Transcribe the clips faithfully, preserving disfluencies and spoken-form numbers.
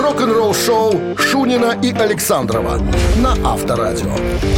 Рок-н-ролл-шоу Шунина и Александрова на Авторадио.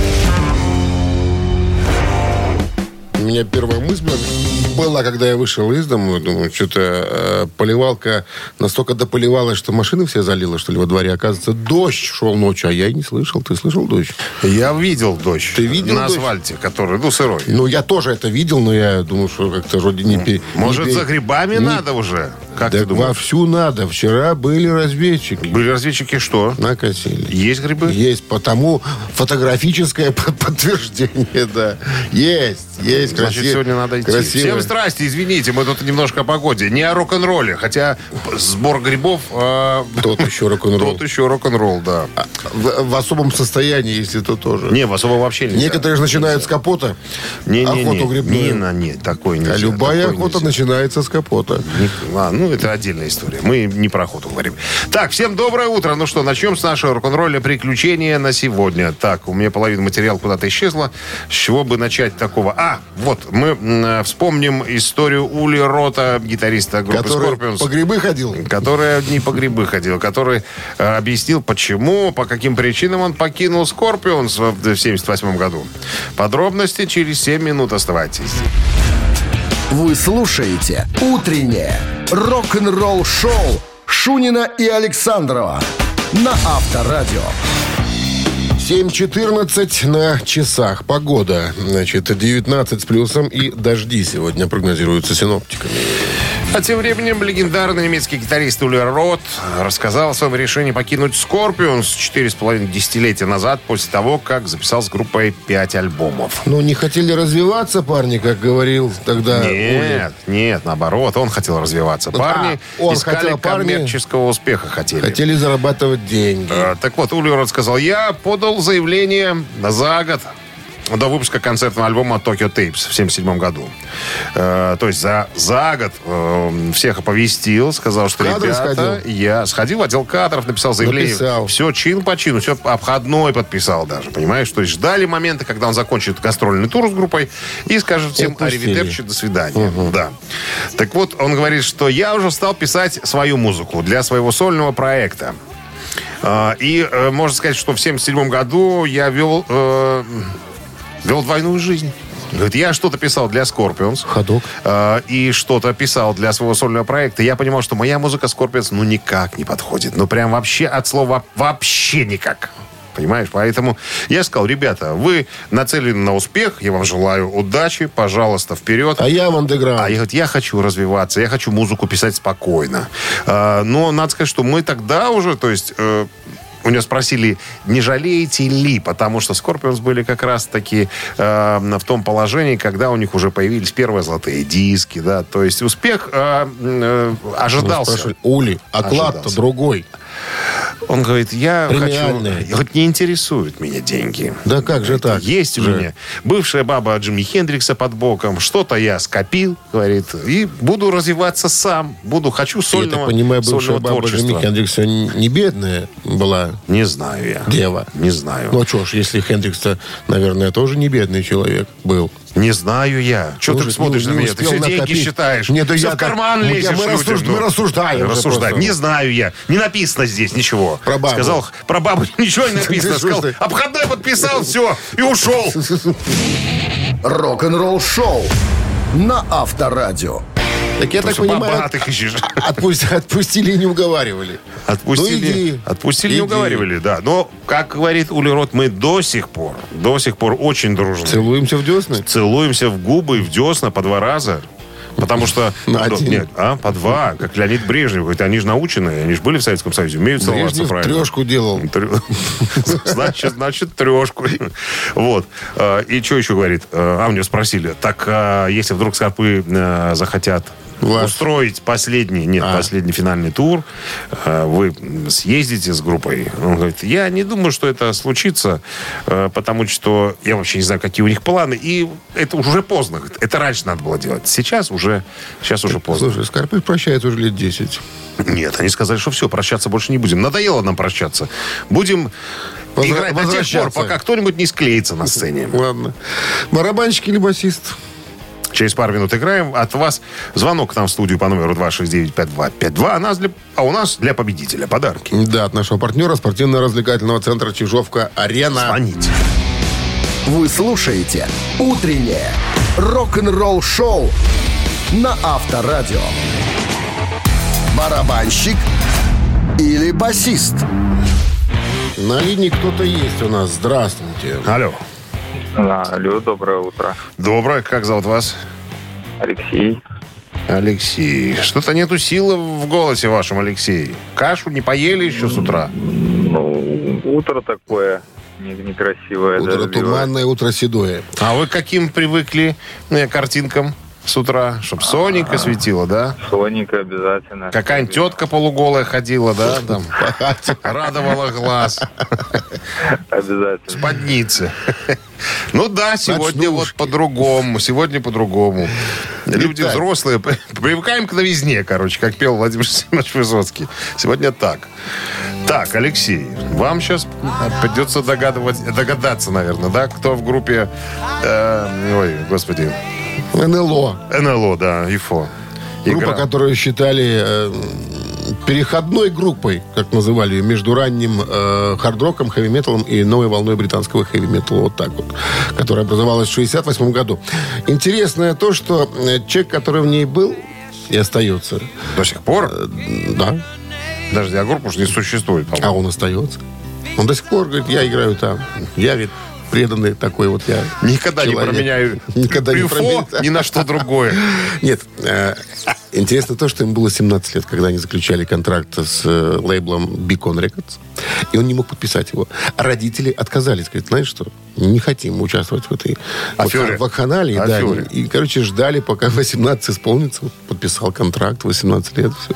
У меня первая мысль была, когда я вышел из дома, думаю, что-то э, поливалка настолько дополивалась, что машины все залило, что ли, во дворе. Оказывается, дождь шел ночью, а я и не слышал. Ты слышал дождь? Я видел дождь. Ты видел на дождь? асфальте, который, ну, сырой. Ну, я тоже это видел, но я думал, что как-то вроде не... пе- Может, не пе- за грибами не- надо уже? Как Да ты думаешь? вовсю надо. Вчера были разведчики. Были разведчики что? Накосили. Есть грибы? Есть, потому фотографическое под- подтверждение, да. Есть, есть. Значит, красив- сегодня надо идти. красиво. Всем здрасте, извините, мы тут немножко о погоде. Не о рок-н-ролле, хотя сбор грибов... э, Тот еще рок-н-ролл. Тот еще рок-н-ролл, да. А, В, в особом состоянии, если то тоже. Не, в особо вообще нельзя. Некоторые же начинают с капота. не, не, охоту не, грибную. Не, на, не, такой нельзя. А любая такой охота нельзя. начинается с капота. Не- а, ну, это отдельная история. Мы не про охоту говорим. Так, всем доброе утро. Ну что, начнем с нашего рок-н-ролля приключения на сегодня. Так, у меня половина материала куда-то исчезла. С чего бы начать такого? А, вот, мы м, вспомним историю Ули Рота, гитариста группы Который Scorpions. по грибы ходил. Который не по грибы ходил, который э, объяснил, почему, по каким причинам он покинул Scorpions в семьдесят восьмом году. Подробности через семь минут. Оставайтесь. Вы слушаете «Утреннее рок-н-ролл-шоу» Шунина и Александрова на Авторадио. семь четырнадцать на часах. Погода. Значит, девятнадцать с плюсом и дожди сегодня прогнозируются синоптиками. А тем временем легендарный немецкий гитарист Ули Рот рассказал о своем решении покинуть Scorpions четыре с половиной десятилетия назад, после того, как записал с группой пять альбомов. Ну, не хотели развиваться парни, как говорил тогда Ули. Нет, нет, наоборот, он хотел развиваться. Парни А, он искали хотел, парни коммерческого успеха, хотели. Хотели зарабатывать деньги. А, так вот, Ули Рот сказал, я подал заявление за год до выпуска концертного альбома Tokyo Tapes в семьдесят седьмом году. Э, то есть за, за год э, всех оповестил, сказал, что Кадры ребята... сходил? Я сходил в отдел кадров, написал заявление. Написал. Все чин по чину, все обходной подписал даже, понимаешь? То есть ждали момента, когда он закончит гастрольный тур с группой и скажет всем Отпустили. аривидерчи, до свидания. Да. Так вот, он говорит, что я уже стал писать свою музыку для своего сольного проекта. Э, и э, можно сказать, что в семьдесят седьмом году я вел... э, Вел двойную жизнь. Говорит, я что-то писал для Scorpions. Ходок. э, и что-то писал для своего сольного проекта. Я понимал, что моя музыка Scorpions ну никак не подходит. Ну прям вообще от слова вообще никак. Понимаешь? Поэтому я сказал, ребята, вы нацелены на успех. Я вам желаю удачи. Пожалуйста, вперед. А я в андеграунд. А я говорю, я хочу развиваться, я хочу музыку писать спокойно. Э, но надо сказать, что мы тогда уже, то есть... э, у него спросили, не жалеете ли, потому что Scorpions были как раз-таки э, в том положении, когда у них уже появились первые золотые диски, да, то есть успех э, э, ожидался. Спрашивали, Ули, оклад-то Ожидался. другой. Он говорит, я Премиальные. хочу... Хоть не интересуют меня деньги. Да как же так? Есть у же. меня бывшая баба Джимми Хендрикса под боком. Что-то я скопил, говорит, и буду развиваться сам. Буду, хочу сольного, Я так понимаю, бывшая сольного баба творчества. Джимми Хендрикса не бедная была Не знаю я. дева. Не знаю. Ну, а что ж, если Хендрикс-то, наверное, тоже не бедный человек был. Не знаю я. Что ты Уже смотришь не- на не меня? Ты успел все деньги накопить. считаешь. Нет, да все я в так- карман ну, я- лезешь. мы людям, рассуж- ну. мы рассуждаем уже Рассуждаем. просто. Не знаю я. Не написано здесь ничего. Про бабу. Сказал, про бабу ничего не написано. Ты что Сказал, ж ты? обходной подписал, все, и ушел. Рок-н-ролл-шоу на Авторадио. Так я так Просто понимаю, богатых ищешь. отпусти- отпустили и не уговаривали. Отпустили, Ну, иди. отпустили, не Иди. уговаривали, да. Но, как говорит Ули Рот, мы до сих пор, до сих пор очень дружны. Целуемся в десны? Целуемся в губы и в десна по два раза. Потому что... На ну, один. Нет, а, по два. Как Леонид Брежнев. Говорит, они же наученные, они же были в Советском Союзе, умеют целоваться Брежнев правильно. трешку делал. Трё- Значит, значит, трешку. Вот. А, И что еще говорит? А, у него спросили, так а, если вдруг Скорпы а, захотят Ваш. устроить последний, нет, А. последний финальный тур, а, вы съездите с группой? Он говорит, я не думаю, что это случится, а, потому что я вообще не знаю, какие у них планы, и это уже поздно. Говорит, это раньше надо было делать. Сейчас уже, сейчас уже поздно. Слушай, Скорпы прощает уже лет десять. Нет, они сказали, что все, прощаться больше не будем. Надоело нам прощаться. Будем Возра- играть до тех пор, возвращаться. пока кто-нибудь не склеится на сцене. Ладно. Барабанщик или басист? Через пару минут играем. От вас звонок к нам в студию по номеру два шесть девять пять два пять два. А, нас для... а у нас для победителя подарки. Да, от нашего партнера спортивно-развлекательного центра «Чижовка-Арена». Звоните. Вы слушаете «Утреннее рок-н-ролл-шоу» на Авторадио. Барабанщик или басист? На линии кто-то есть у нас. Здравствуйте. Алло. Да, алло, доброе утро. Доброе. Как зовут вас? Алексей. Алексей. Что-то нету силы в голосе вашем, Алексей. Кашу не поели еще с утра? Ну, утро такое не- некрасивое. Утро дождливое. туманное, утро седое. А вы к каким привыкли э, картинкам с утра? Чтоб сонненько светило, да? Соника обязательно. Какая-нибудь тетка полуголая ходила, да? Там, радовала глаз. Обязательно. Сподницы. Ну да, сегодня вот Ночнушки. по-другому. Сегодня по-другому. Люди Летать. взрослые. Привыкаем к новизне, короче, как пел Владимир Семенович Высоцкий. Сегодня так. Так, Алексей, вам сейчас придется догадывать, догадаться, наверное, да, кто в группе... э, ой, господи. эн эл о. эн эл о, да, ИФО. Группа, Игра. которую считали э, переходной группой, как называли ее, между ранним э, хард-роком, хэви-металом и новой волной британского хэви-металла. Вот так вот. Которая образовалась в шестьдесят восьмом году. Интересное то, что э, человек, который в ней был и остается... До сих пор? э, да. Подожди, а группа уже не существует, А по-моему. он остается. Он до сих пор говорит, я играю там. Я ведь преданный такой вот я. Никогда не человек. променяю Никогда не ИФО променяю. ни на что другое. Нет, э, интересно то, что им было семнадцать лет, когда они заключали контракт с э, лейблом Beacon Records, и он не мог подписать его. А родители отказались, говорят, знаешь что, не хотим участвовать в этой Афере. вак- вакханалии. Да, Афере. и, короче, ждали, пока восемнадцать исполнится, подписал контракт, восемнадцать лет, все.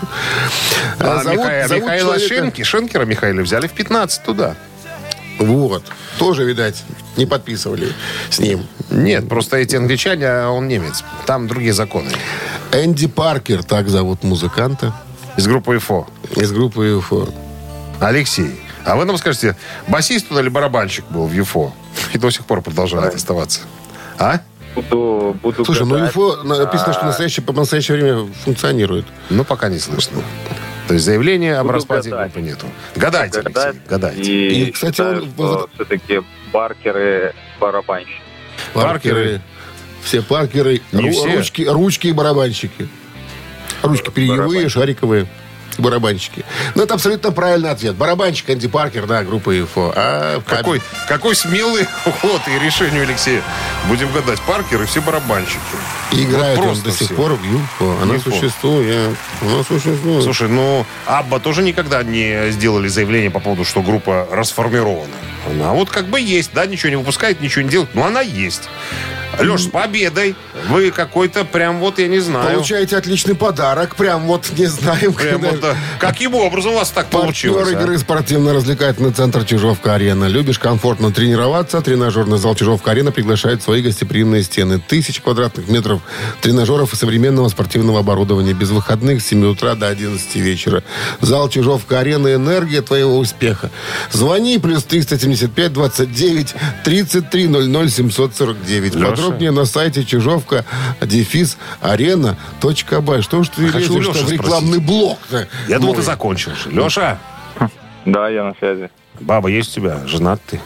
А Миха- Михаила человека- Шенки, Шенкера Михаила взяли в пятнадцать туда. Вот. Тоже, видать, не подписывали с ним. Нет, просто эти англичане, а он немец. Там другие законы. Энди Паркер, так зовут музыканта Из группы ИФО. из группы ю эф о. Алексей, а вы нам скажете, басист он или барабанщик был в ЮФО? И до сих пор продолжает оставаться. А? Буду, буду Слушай, ну гадать. ю эф о написано, что в настоящее, по настоящее время функционирует. Ну, пока не слышно. То есть заявления об Буду распаде гадать. группы нету. Гадайте, Гадать. Алексей, гадайте. И, И, кстати, считаю, он- что все-таки Баркеры барабанщики. Паркеры. Все паркеры. Не ру- все. Ручки, ручки и барабанщики. Ручки перьевые, Барабанщики. шариковые. Барабанщики. Ну, это абсолютно правильный ответ. Барабанщик Энди Паркер, да, группа ю эф о. А Какой, какой смелый ход и решение Алексея. Будем гадать. Паркер и все барабанщики. И играет Вот он просто до сих все. пор в ю эф о. Она ю эф о. существует. Она существует. Слушай, ну, Абба тоже никогда не сделали заявление по поводу, что группа расформирована. Она вот как бы есть, да, ничего не выпускает, ничего не делает, но она есть. Леш, с победой. Вы какой-то прям вот, я не знаю. Получаете отличный подарок. Прям вот не знаем, Прям когда- вот, да. Каким образом у вас так Партнер получилось? а? игры спортивно-развлекательный центр «Чижовка-Арена». Любишь комфортно тренироваться? Тренажерный зал «Чижовка-Арена» приглашает в свои гостеприимные стены. Тысячи квадратных метров тренажеров и современного спортивного оборудования. Без выходных с семи утра до одиннадцати вечера. Зал «Чижовка-Арена» – энергия твоего успеха. Звони плюс триста семьдесят пять двадцать девять тридцать три ноль ноль семьсот сорок девять. Леша. Подробнее на сайте чижовка дефис арена точка бай. Что ж ты Хочу лезешь Лешу в спросить. рекламный блок-то? Я думал, Мой. ты закончил уже. Леша, Да, я на связи. баба есть у тебя? Женат ты?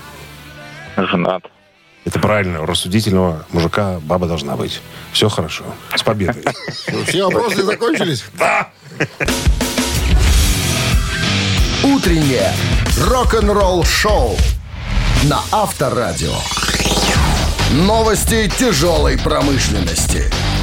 Женат. Это правильно. У рассудительного мужика баба должна быть. Все хорошо. С победой. Все вопросы закончились? Да! Утреннее рок-н-ролл-шоу на Авторадио. Новости тяжелой промышленности.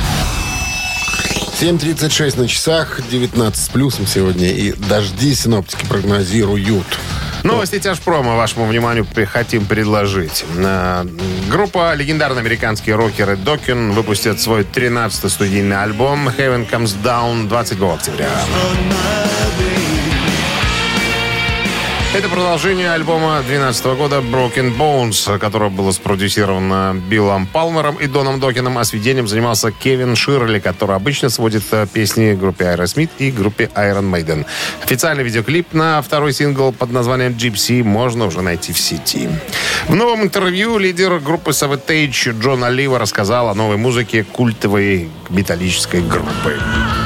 семь тридцать шесть на часах, девятнадцать с плюсом сегодня. И дожди синоптики прогнозируют. Новости тяжпрома вашему вниманию при- хотим предложить. Э, Группа легендарные американские рокеры Dokken выпустят свой тринадцатый студийный альбом Heaven Comes Down двадцать седьмого октября. Это продолжение альбома две тысячи двенадцатого года Broken Bones, которое было спродюсировано Биллом Палмером и Доном Докином, а сведением занимался Кевин Ширли, который обычно сводит песни группе Aerosmith и группе Iron Maiden. Официальный видеоклип на второй сингл под названием Gypsy можно уже найти в сети. В новом интервью лидер группы Savatage Джон Олива рассказал о новой музыке культовой металлической группы.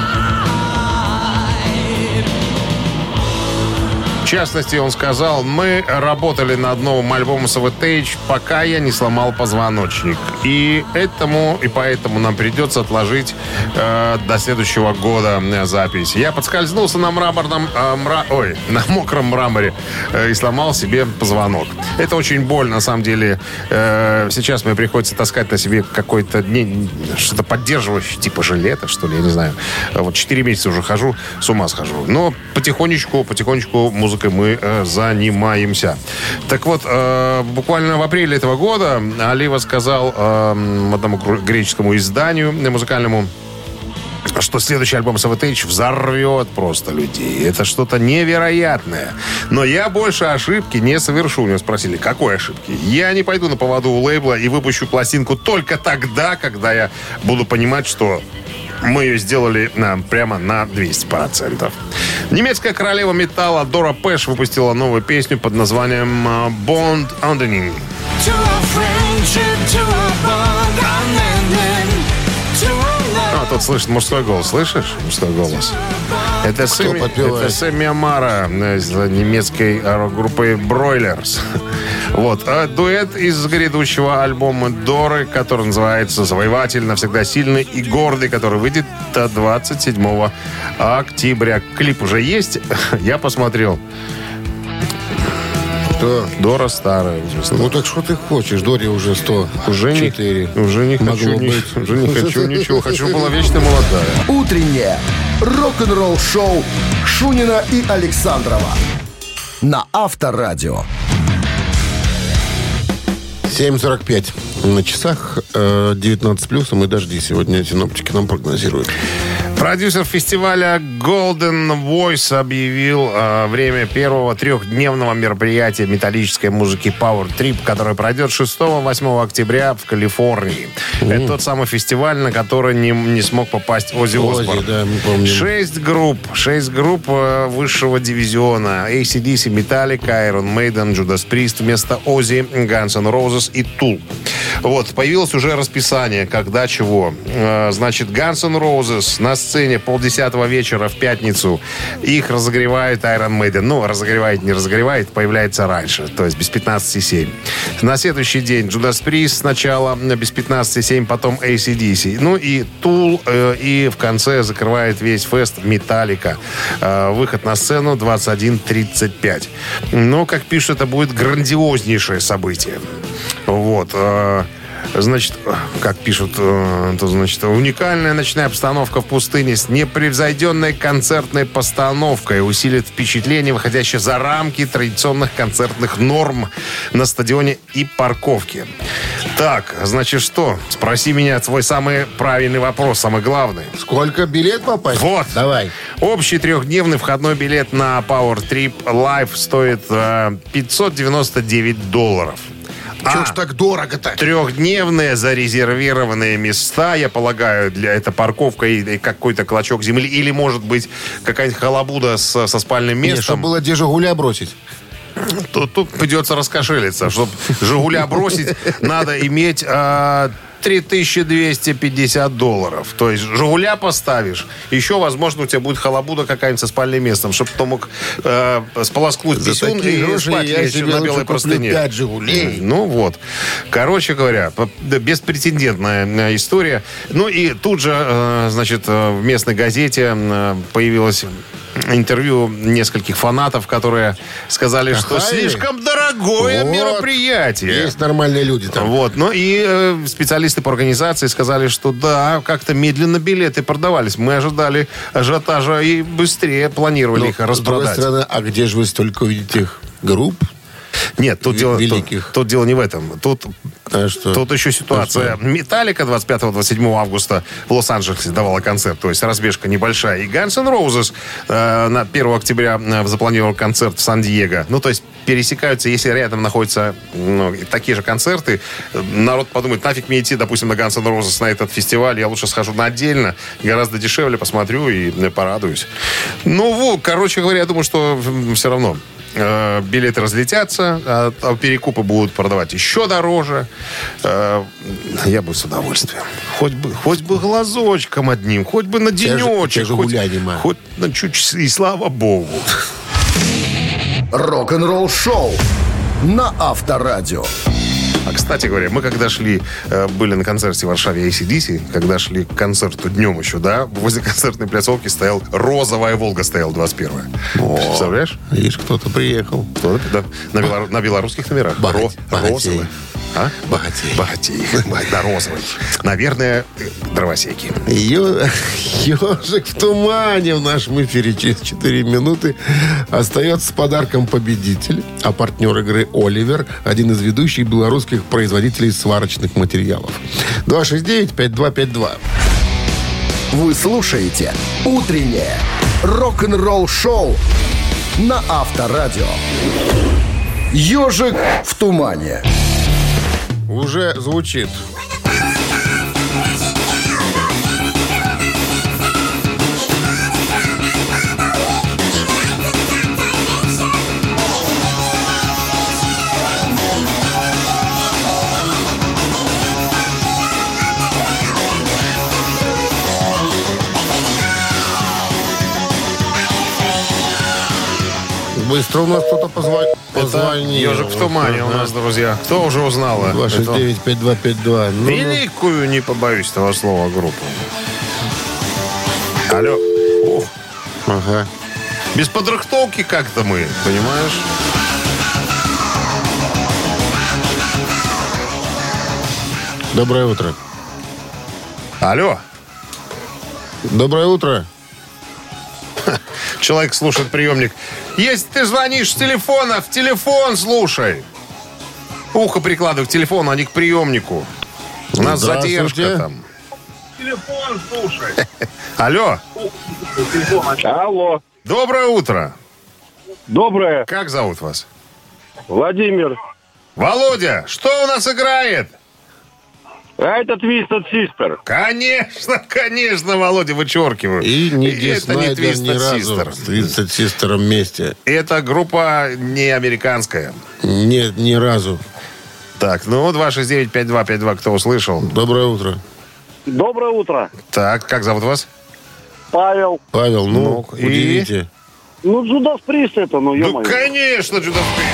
В частности, он сказал: мы работали над новым альбомом Savatage, пока я не сломал позвоночник. И этому, и поэтому нам придется отложить э, до следующего года запись. Я подскользнулся на мраморном, э, мра... Ой, на мокром мраморе э, и сломал себе позвонок. Это очень больно, на самом деле. Э, сейчас мне приходится таскать на себе какой-то не, что-то поддерживающее, типа жилета, что ли, я не знаю. Вот четыре месяца уже хожу, с ума схожу. Но потихонечку, потихонечку музыка мы э, занимаемся. Так вот, э, буквально в апреле этого года Олива сказал э, одному греческому изданию музыкальному, что следующий альбом Savatage взорвет просто людей. Это что-то невероятное. Но я больше ошибки не совершу. У него спросили, какой ошибки? Я не пойду на поводу у лейбла и выпущу пластинку только тогда, когда я буду понимать, что мы ее сделали на, прямо на двести процентов. Немецкая королева металла Дора Пэш выпустила новую песню под названием «Bond Ending». А, тут слышит мужской голос. Слышишь? Мужской голос. Это Сэмми, это Сэмми Амара из немецкой группы Broilers. Вот. А дуэт из грядущего альбома Доры, который называется «Завоеватель, навсегда сильный и гордый», который выйдет двадцать седьмого октября. Клип уже есть. Я посмотрел. Что? Дора старая. Ну так что ты хочешь? Доре уже сто четыре. Уже не, уже не хочу, ни, уже не хочу ничего. Хочу, была вечно молодая. Утреннее рок-н-ролл-шоу Шунина и Александрова на Авторадио. семь сорок пять на часах, девятнадцать плюсом и дожди сегодня синоптики нам прогнозируют. Продюсер фестиваля Golden Voice объявил э, время первого трехдневного мероприятия металлической музыки Power Trip, которое пройдет шестого-восьмого октября в Калифорнии. Mm. Это тот самый фестиваль, на который не, не смог попасть Оззи Осборн. Да, мы помним. Шесть групп, шесть групп э, высшего дивизиона. эй си ди си, Metallica, Iron Maiden, Judas Priest, вместо Оззи, Guns N' Roses и Tool. Вот, появилось уже расписание, когда чего. Э, значит, Guns N' Roses на сцене полдесятого вечера в пятницу. Их разогревает Iron Maiden. Ну, разогревает, не разогревает, появляется раньше. То есть без пятнадцати семь. На следующий день Judas Priest сначала без пятнадцати семь, потом эй си ди си. Ну и Tool. Э, и в конце закрывает весь фест Metallica. Э, выход на сцену двадцать один тридцать пять. Но, как пишут, это будет грандиознейшее событие. Вот. Э, Значит, как пишут, то, значит, уникальная ночная обстановка в пустыне с непревзойденной концертной постановкой усилит впечатление, выходящее за рамки традиционных концертных норм на стадионе и парковке. Так, значит, что? Спроси меня свой самый правильный вопрос, самый главный. Сколько билет попасть? Вот. Давай. Общий трехдневный входной билет на Power Trip Live стоит э, пятьсот девяносто девять долларов. Чего а, ж так дорого-то? Трехдневные зарезервированные места, я полагаю, для это парковка и, и какой-то клочок земли, или, может быть, какая-нибудь халабуда с, со спальным местом. Нет, чтобы было где «Жигуля» бросить. Тут, тут придется раскошелиться. Чтобы «Жигуля» бросить, надо иметь... А, три тысячи двести пятьдесят долларов. То есть «Жигуля» поставишь, еще, возможно, у тебя будет халабуда какая-нибудь со спальным местом, чтобы ты мог э, сполоскнуть писюн и спать вечером на белой простыне. пять «Жигулей». Ну вот. Короче говоря, беспрецедентная история. Ну и тут же, э, значит, в местной газете э, появилось интервью нескольких фанатов, которые сказали, Ахали. что слишком дорогое вот. мероприятие. Есть нормальные люди там. Вот. Ну и э, специалисты по организации сказали, что да, как-то медленно билеты продавались. Мы ожидали ажиотажа и быстрее планировали Но, их с другой распродать. стороны, а где же вы столько увидите их групп? Нет, тут, ви- дело, великих. тут, тут дело не в этом. Тут, А что? тут еще ситуация. А что? Металлика двадцать пятого — двадцать седьмого августа в Лос-Анджелесе давала концерт. То есть разбежка небольшая. И Guns N' Roses э, на первого октября э, запланировал концерт в Сан-Диего. Ну, то есть пересекаются, если рядом находятся ну, такие же концерты. Народ подумает, нафиг мне идти, допустим, на Guns N' Roses, на этот фестиваль. Я лучше схожу на отдельно. Гораздо дешевле, посмотрю и э, порадуюсь. Ну, вот, короче говоря, я думаю, что все равно э, билеты разлетятся, а, а перекупы будут продавать еще дороже. Э, я бы с удовольствием. Хоть бы, хоть бы глазочком одним, хоть бы на Тебя же- денечек. тебя же хоть, гуляй нема. хоть на чуть, и слава богу. Рок-н-ролл шоу на Авторадио. А, кстати говоря, мы когда шли, э, были на концерте в Варшаве эй си ди си, когда шли к концерту днем еще, да, возле концертной пляцовки стоял розовая «Волга», стояла двадцать первая. Представляешь? Видишь, кто-то приехал. Ну, да, на, белору- на белорусских номерах. Богат- Ро- богатей. розовый. А? Богатей. Богатей. Да, розовый. Наверное, э, дровосеки. Ё- Ежик в тумане в нашем эфире через четыре минуты остается с подарком победитель, а партнер игры «Оливер» — один из ведущих белорусских производителей сварочных материалов. два шесть девять пять два пять два. Вы слушаете «Утреннее рок-н-ролл шоу» на Авторадио. «Ежик в тумане». Уже звучит. Быстро у нас кто-то позва... позвонил. «Ежик в тумане» у нас, друзья. Кто уже узнал? два шесть девять пять два пять два. Ну, Великую, не побоюсь этого слова, группу. Алло. О, ага. без подрыхтовки как-то мы, понимаешь? Доброе утро. Алло. Доброе утро. Человек слушает приемник. Если ты звонишь с телефона, в телефон слушай. Ухо прикладывай к телефону, а не к приемнику. У нас Здравствуйте. задержка там. Телефон слушай. Алло. Алло. Доброе утро. Доброе. Как зовут вас? Владимир. Володя, что у нас играет? А это Twisted Sister. Конечно, конечно, Володя, вычеркиваю. И не это не Снайдер ни Twisted разу Sister. с Twisted Sister вместе. Это группа не американская. Нет, ни разу. Так, ну, два шесть девять пять два пять два, кто услышал? Доброе утро. Доброе утро. Так, как зовут вас? Павел. Павел, ну, Ну, и? удивите. Ну, Джудас Прист это, ну, Ну, ё-моё. конечно, Judas Priest.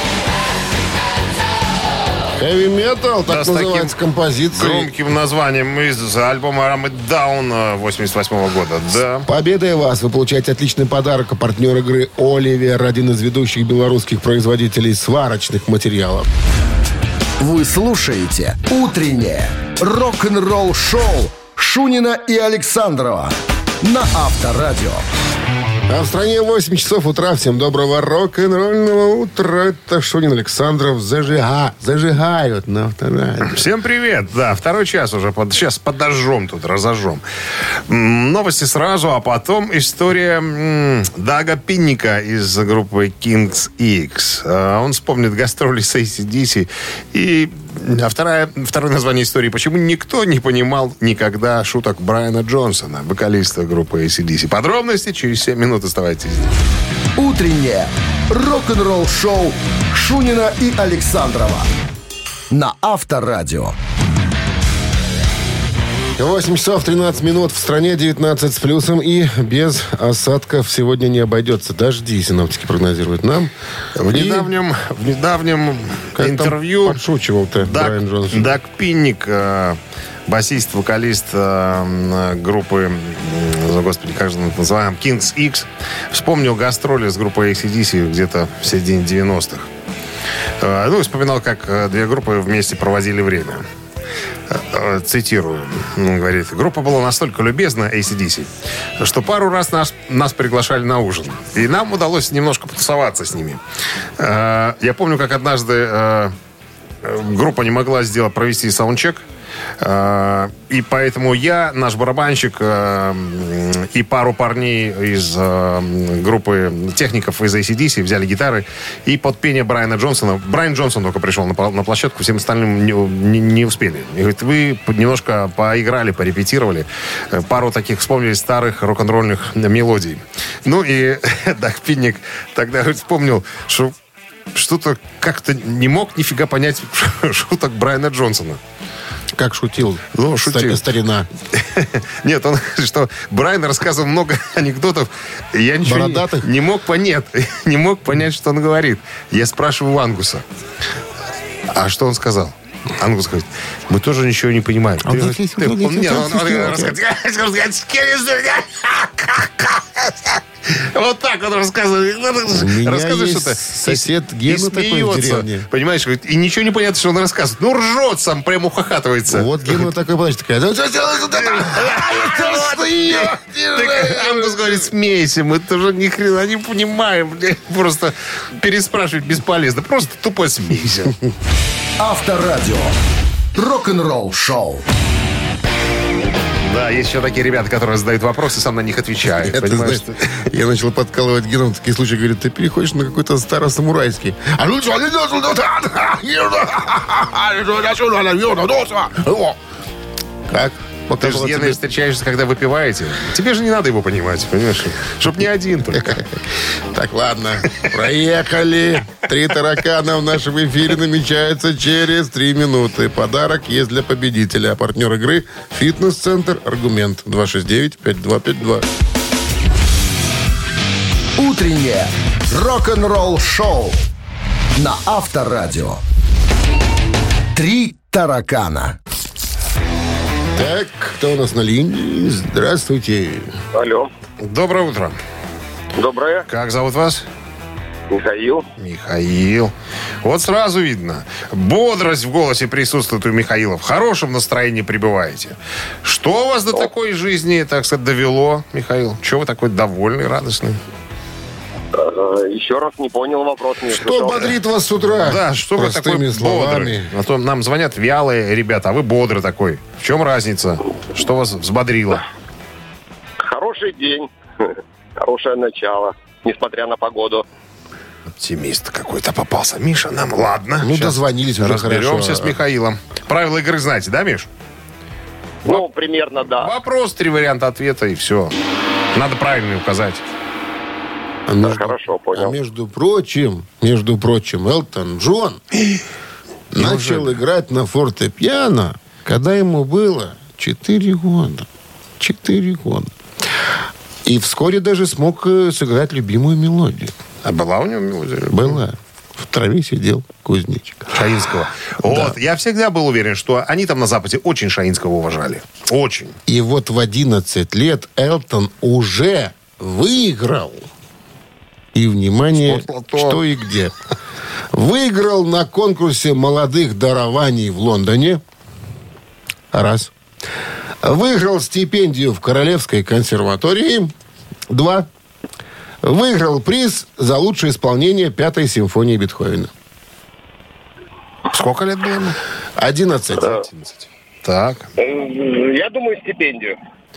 Heavy Metal, так Да, с называется таким композиция. Громким названием из альбома Ram It Down восемьдесят восьмого года. Да. Победой вас вы получаете отличный подарок. А партнер игры «Оливер» — один из ведущих белорусских производителей сварочных материалов. Вы слушаете «Утреннее рок-н-ролл шоу» Шунина и Александрова на Авторадио. А в стране восемь часов утра. Всем доброго рок-н-ролльного утра. Это Шунин, Александров зажига... зажигают на Авторадио. Всем привет. Да, второй час уже. Под, сейчас под дождем тут, разожжем. М, Новости сразу, а потом история м, Дага Пинника из группы Kings X. А, Он вспомнит гастроли с эй си ди си. И а вторая, второе название истории. Почему никто не понимал никогда шуток Брайана Джонсона, вокалиста группы эй си ди си. Подробности через семь минут. Оставайтесь здесь. «Утреннее рок-н-ролл шоу» Шунина и Александрова на Авторадио. восемь часов тринадцать минут. В стране девятнадцать с плюсом. И без осадков сегодня не обойдется. Дожди синоптики прогнозируют нам. В И недавнем, в недавнем как там интервью подшучивал-то Даг, Брайан Джонсон. Даг Пинник, э, басист, вокалист э, группы, э, господи, как же мы это называем, Kings X, вспомнил гастроли с группой эй си ди си где-то в середине девяностых. Э, ну, и вспоминал, как э, две группы вместе проводили время. э, цитирую, он говорит, группа была настолько любезна, эй си ди си, что пару раз нас, нас приглашали на ужин. И нам удалось немножко потусоваться с ними. Э, я помню, как однажды э, группа не могла сделать, провести саундчек. И поэтому я, наш барабанщик и пару парней из группы техников из эй си ди си взяли гитары и под пение Брайана Джонсона. Брайан Джонсон только пришел на, на площадку, всем остальным не, не, не успели. И говорит, вы немножко поиграли, порепетировали, пару таких вспомнили старых рок-н-ролльных мелодий. Ну и Даг Пинник тогда вспомнил, что что-то как-то не мог нифига понять шуток Брайана Джонсона. Как шутил, ну, шутил. Старина. Нет, он что Брайан рассказывал много анекдотов, и я ничего не, не мог понять, не мог понять, что он говорит. Я спрашиваю у Ангуса, а что он сказал? Ангус говорит, мы тоже ничего не понимаем. Вот так он рассказывает. У меня рассказывает есть что-то. сосед И, Гена и такой в деревне. Понимаешь, и ничего не понятно, что он рассказывает. Ну, ржет сам, прям ухахатывается. Вот Гена такой плачет, такая... Ангус говорит, смейся, мы тоже ни хрена не понимаем. Просто переспрашивать бесполезно. Просто тупо смейся. Авторадио. Рок-н-ролл шоу. Да, есть еще такие ребята, которые задают вопросы, сам на них отвечает. Это, знаешь, я начал подкалывать Гену в такие случаи, говорит, ты переходишь на какой-то старосамурайский. Как? Ты же с Геной встречаешься, когда выпиваете. Тебе же не надо его понимать, понимаешь? Чтоб не один только. Так, ладно, проехали. Три таракана в нашем эфире намечается через три минуты. Подарок есть для победителя. А партнер игры — фитнес-центр «Аргумент». два шесть девять пять два пять два. Утреннее рок-н-ролл шоу на Авторадио. Три таракана. Так, кто у нас на линии? Здравствуйте. Алло. Доброе утро. Доброе. Как зовут вас? Михаил. Михаил. Вот сразу видно. Бодрость в голосе присутствует у Михаила. В хорошем настроении пребываете. Что вас до такой жизни, так сказать, довело, Михаил? Чего вы такой довольный, радостный? Еще раз не понял вопрос. Не Что слышал. бодрит вас с утра? Да, что вы такой Простыми словами. бодрый? А то нам звонят вялые ребята, а вы бодрый такой. В чем разница? Что вас взбодрило? Хороший день. Хорошее начало. Несмотря на погоду. Оптимист какой-то попался. Миша, нам ладно. Ну, Сейчас дозвонились уже разберемся хорошо. с Михаилом. Правила игры знаете, да, Миш? Ну, примерно, да. Вопрос, три варианта ответа и все. Надо правильно указать. А между, хорошо, понял. А между прочим, между прочим, Элтон Джон начал играть на фортепиано, когда ему было четыре года. четыре года. И вскоре даже смог сыграть любимую мелодию. А была у него мелодия? Была. В траве сидел кузнечик. Шаинского. Вот. Я всегда был уверен, что они там на Западе очень Шаинского уважали. Очень. И вот в одиннадцать лет Элтон уже выиграл. И, внимание, Спортлото. что и где. Выиграл на конкурсе молодых дарований в Лондоне. Раз. Выиграл стипендию в Королевской консерватории. Два. Выиграл приз за лучшее исполнение Пятой симфонии Бетховена. Сколько лет было ему? Одиннадцать. одиннадцать. Так. Я думаю, стипендию.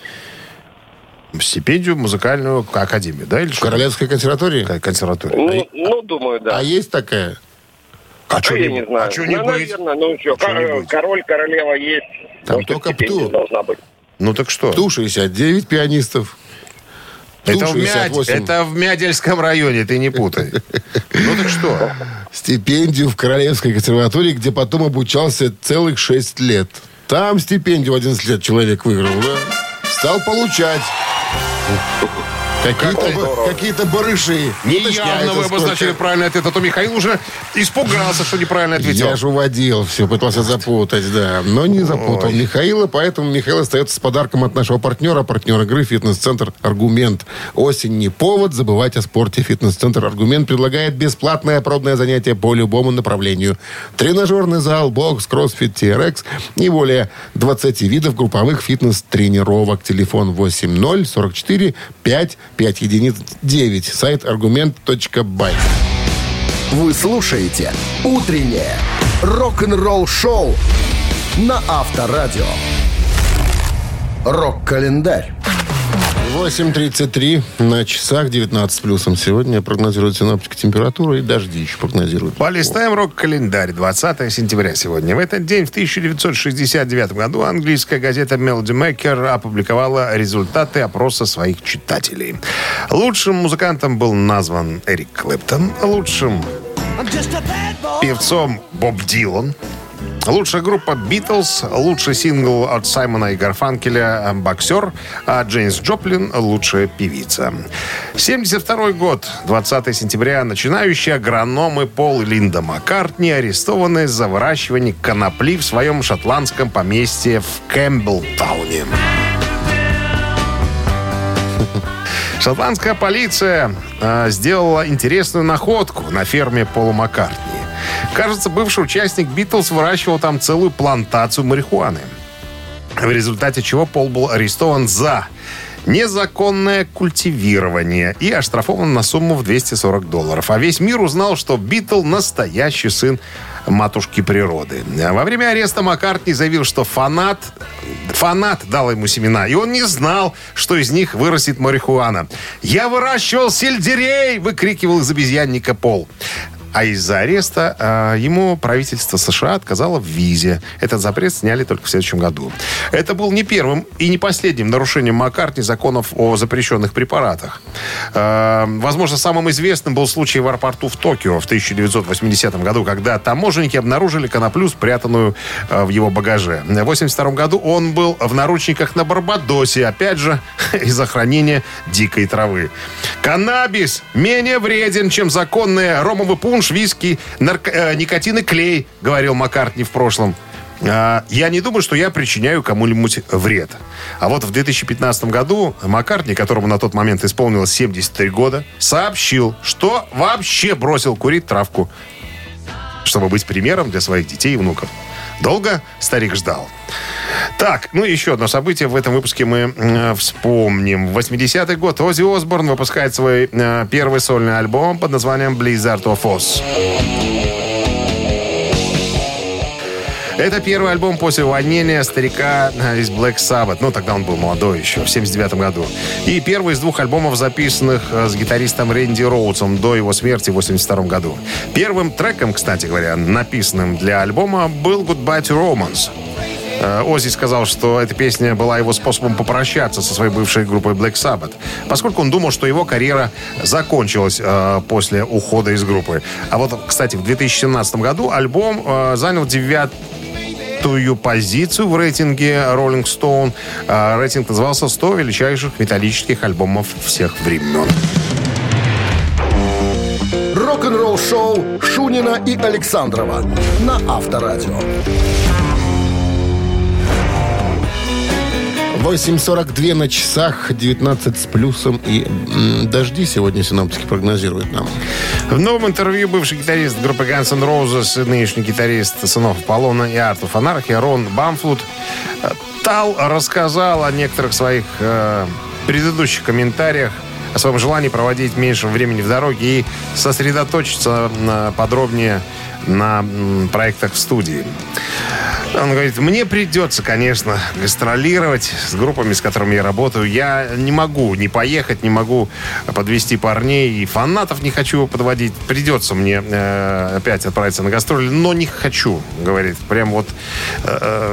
Стипендию музыкальную академию, да? Или В что? Королевской консерватории? Какая консерватория? Ну, ну, думаю, да. А есть такая? А, А что я не, не знаю. а что не Ну, быть? наверное, ну что, Чё не быть? король, королева есть. Там Может, только стипендия пту. должна быть. Ну так что? Ту шестьдесят девять пианистов. Это в, шестьдесят Мядь, восемь. это в Мядельском районе, ты не путай. Ну так что? Стипендию в Королевской консерватории, где потом обучался целых шесть лет. Там стипендию в одиннадцать лет человек выиграл, да? Стал получать. Какие-то, какие-то барыши. Неявно вы обозначили правильный ответ, а то Михаил уже испугался, что неправильно ответил. Я же уводил, все, пытался запутать, да. Но не запутал Ой. Михаила, поэтому Михаил остается с подарком от нашего партнера, партнер игры «Фитнес-центр Аргумент». Осень не повод забывать о спорте. «Фитнес-центр Аргумент» предлагает бесплатное пробное занятие по любому направлению. Тренажерный зал, бокс, кроссфит, ти ар экс и более двадцать видов групповых фитнес-тренировок. Телефон восемь ноль сорок четыре пять пять единиц девять. Сайт аргумент точка бай. Вы слушаете «Утреннее рок-н-ролл-шоу» на Авторадио. Рок-календарь. восемь тридцать три на часах, девятнадцать плюсом. Сегодня прогнозируют синоптики температуру и дожди еще прогнозируют. Полистаем рок-календарь. двадцатое сентября сегодня. В этот день, в тысяча девятьсот шестьдесят девятом году, английская газета Melody Maker опубликовала результаты опроса своих читателей. Лучшим музыкантом был назван Эрик Клэптон. Лучшим певцом Боб Дилан. Лучшая группа «Битлз», лучший сингл от Саймона и Гарфанкеля «Боксер», а Джейнс Джоплин — лучшая певица. семьдесят второй год, двадцатое сентября, начинающие агрономы Пол и Линда Маккартни арестованы за выращивание конопли в своем шотландском поместье в Кэмпбелтауне. Шотландская полиция э, сделала интересную находку на ферме Пола Маккартни. Кажется, бывший участник «Битлз» выращивал там целую плантацию марихуаны. В результате чего Пол был арестован за незаконное культивирование и оштрафован на сумму в двести сорок долларов. А весь мир узнал, что Битл — настоящий сын матушки природы. Во время ареста Маккартни заявил, что фанат, фанат дал ему семена, и он не знал, что из них вырастет марихуана. «Я выращивал сельдерей!» — выкрикивал из обезьянника Пол. А из-за ареста э, ему правительство США отказало в визе. Этот запрет сняли только в следующем году. Это был не первым и не последним нарушением Маккартни законов о запрещенных препаратах. Э, возможно, самым известным был случай в аэропорту в Токио в тысяча девятьсот восьмидесятом году, когда таможенники обнаружили коноплю, спрятанную э, в его багаже. В восемьдесят втором году он был в наручниках на Барбадосе, опять же, из-за хранения дикой травы. Каннабис менее вреден, чем законные ромовый пунш, виски, нарко... э, никотин и клей, говорил Маккартни в прошлом. А, я не думаю, что я причиняю кому-нибудь вред. А вот в две тысячи пятнадцатом году Маккартни, которому на тот момент исполнилось семьдесят три года, сообщил, что вообще бросил курить травку, чтобы быть примером для своих детей и внуков. Долго старик ждал. Так, ну и еще одно событие в этом выпуске мы э, вспомним. В восьмидесятый год Оззи Осборн выпускает свой э, первый сольный альбом под названием «Blizzard of Oz». Это первый альбом после увольнения старика из Black Sabbath. Ну, тогда он был молодой еще, в семьдесят девятом году. И первый из двух альбомов, записанных с гитаристом Рэнди Роудсом до его смерти в восемьдесят втором году. Первым треком, кстати говоря, написанным для альбома, был «Goodbye to Romance». Оззи сказал, что эта песня была его способом попрощаться со своей бывшей группой Black Sabbath, поскольку он думал, что его карьера закончилась э, после ухода из группы. А вот, кстати, в две тысячи семнадцатом году альбом э, занял девятую позицию в рейтинге Rolling Stone. Э, рейтинг назывался «сто величайших металлических альбомов всех времен». Рок-н-ролл-шоу Шунина и Александрова на Авторадио. восемь сорок два на часах, девятнадцать с плюсом. И м, дожди сегодня синоптики прогнозируют нам. В новом интервью бывший гитарист группы Guns N' Roses и нынешний гитарист сынов Полона и Art of Anarchy Рон Бамфлут Тал рассказал о некоторых своих э, предыдущих комментариях, о своем желании проводить меньше времени в дороге и сосредоточиться на, подробнее на м, проектах в студии. Он говорит, мне придется, конечно, гастролировать с группами, с которыми я работаю. Я не могу не поехать, не могу подвести парней, и фанатов не хочу подводить. Придется мне э, опять отправиться на гастроли, но не хочу, говорит. Прям вот... Э,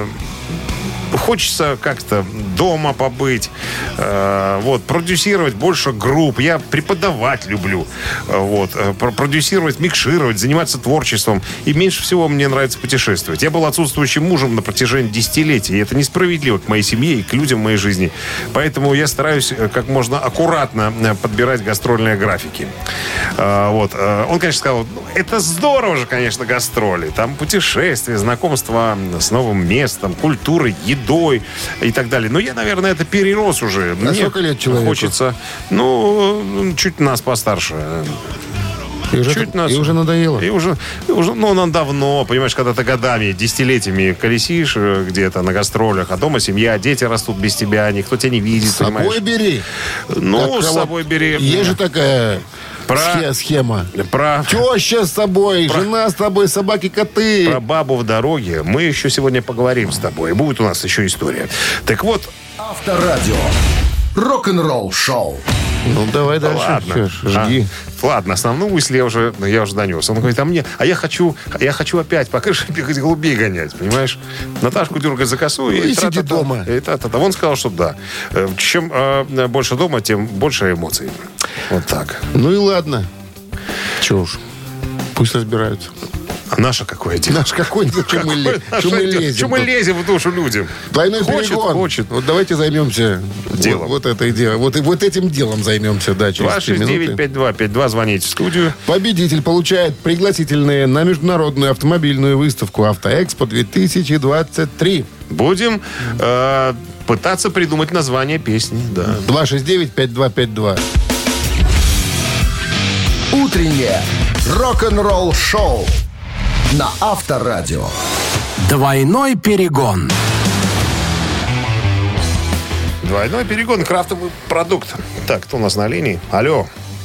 хочется как-то дома побыть, э, вот, продюсировать больше групп. Я преподавать люблю, э, вот, э, продюсировать, микшировать, заниматься творчеством. И меньше всего мне нравится путешествовать. Я был отсутствующим мужем на протяжении десятилетий. И это несправедливо к моей семье и к людям в моей жизни. Поэтому я стараюсь как можно аккуратно подбирать гастрольные графики. Э, вот. Он, конечно, сказал, это здорово же, конечно, гастроли. Там путешествия, знакомства с новым местом, культурой, едой и так далее. Но я, наверное, это перерос уже. А сколько лет человеку? Хочется, ну, чуть нас постарше. И уже, Чуть и нас, уже надоело. И уже, и уже, ну, он давно, понимаешь, когда ты годами, десятилетиями колесишь где-то на гастролях, а дома семья, дети растут без тебя, никто тебя не видит, С собой понимаешь? бери. Ну, Так, с а собой вот бери. Есть же такая Про- схе- схема. Про... Теща с тобой, Про- жена с тобой, собаки, коты. Про бабу в дороге мы еще сегодня поговорим с тобой. Будет у нас еще история. Так вот, Авторадио. Рок-н-ролл шоу. Ну, давай дальше. ладно. Чё ж, жги. А, ладно, основную мысль я уже, я уже донес. Он говорит, а мне, а я хочу, я хочу опять по крыше бегать, голубей гонять, понимаешь? Наташку дергать за косу. Ну, и сиди тра-та-та, дома. И та-та-та. Он сказал, что да. Э, Чем э, больше дома, тем больше эмоций. Вот так. Ну и ладно. Чего уж. Пусть разбираются. А наше какое дело? Наш какой-нибудь, чем мы, ле- Наше чем мы дело? лезем. Чем мы тут? лезем в душу людям? Двойной Хочет, перегон. хочет. Вот давайте займемся Делом. Вот, вот этой делом. Вот, и вот этим делом займемся, да, через два три шесть девять минуты. пять два пять два, звоните в студию. Победитель получает пригласительные на международную автомобильную выставку «Автоэкспо две тысячи двадцать три». Будем э, пытаться придумать название песни. Да. два шесть девять пять два пять два. Утреннее рок-н-ролл шоу на Авторадио. Двойной перегон. Двойной перегон, крафтовый продукт. Так, кто у нас на линии? Алло.